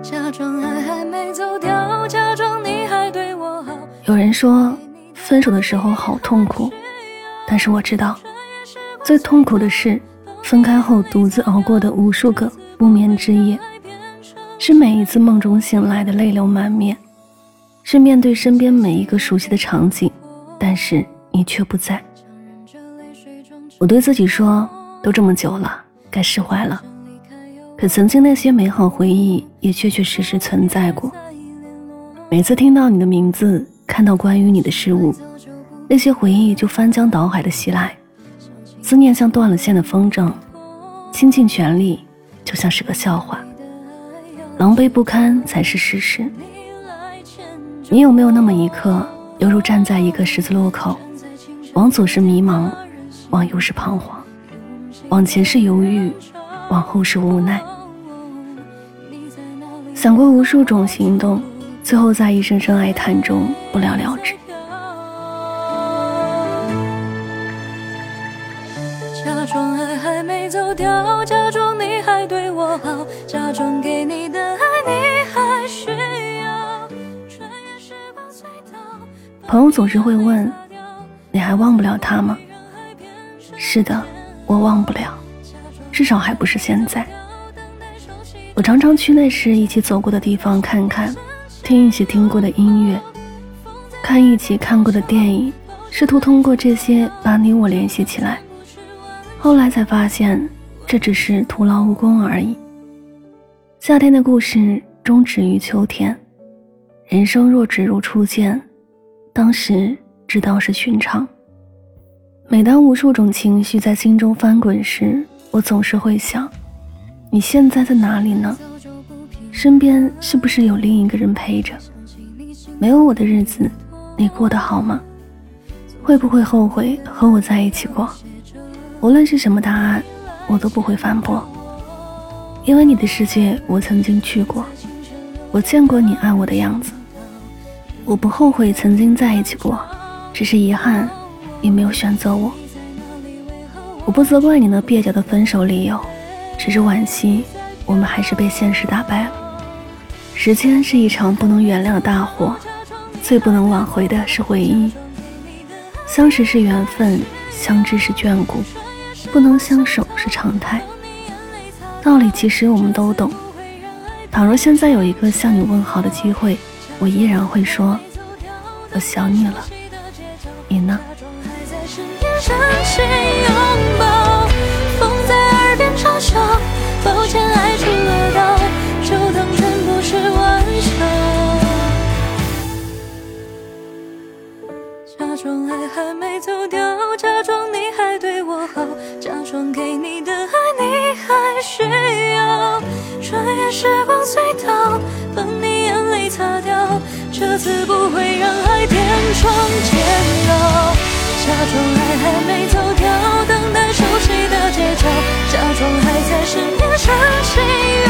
假装爱还没走掉，假装你还对我好。 有人说分手的时候好痛苦，但是我知道最痛苦的是分开后独自熬过的无数个不眠之夜，是每一次梦中醒来的泪流满面，是面对身边每一个熟悉的场景，但是你却不在。我对自己说，都这么久了，该释怀了。可曾经那些美好回忆也确确实实存在过。每次听到你的名字，看到关于你的事物，那些回忆就翻江倒海的袭来，思念像断了线的风筝，倾尽全力就像是个笑话，狼狈不堪才是事实。你有没有那么一刻，犹如站在一个十字路口，往左是迷茫，往右是彷徨，往前是犹豫，往后是无奈，想过无数种行动，最后在一声声哀叹中不了了之。 假装爱还没走掉，假装你还对我好，假装给你的爱你还需要，穿越时光隧道。 朋友总是会问，你还忘不了他吗？是的，我忘不了，至少还不是现在。我常常去那时一起走过的地方看看，听一起听过的音乐，看一起看过的电影，试图通过这些把你我联系起来。后来才发现，这只是徒劳无功而已。夏天的故事终止于秋天，人生若只如初见，当时知道是寻常。每当无数种情绪在心中翻滚时，我总是会想，你现在在哪里呢？身边是不是有另一个人陪着？没有我的日子，你过得好吗？会不会后悔和我在一起过？无论是什么答案，我都不会反驳，因为你的世界我曾经去过，我见过你爱我的样子。我不后悔曾经在一起过，只是遗憾你没有选择我。我不责怪你那蹩脚的分手理由，只是惋惜我们还是被现实打败了。时间是一场不能原谅的大祸，最不能挽回的是回忆。相识是缘分，相知是眷顾，不能相守是常态。道理其实我们都懂，倘若现在有一个向你问好的机会，我依然会说，我想你了。你呢？ 风在耳边嘲笑，抱歉爱出了道，就当全部是玩笑。假装爱还没走掉，假装你还对我好，假装给你的爱你还需要，穿越时光隧道，把你眼泪擦掉，这次不会让爱变成煎熬。假装爱还没走掉，等待熟悉的街角，假装还在身边，相信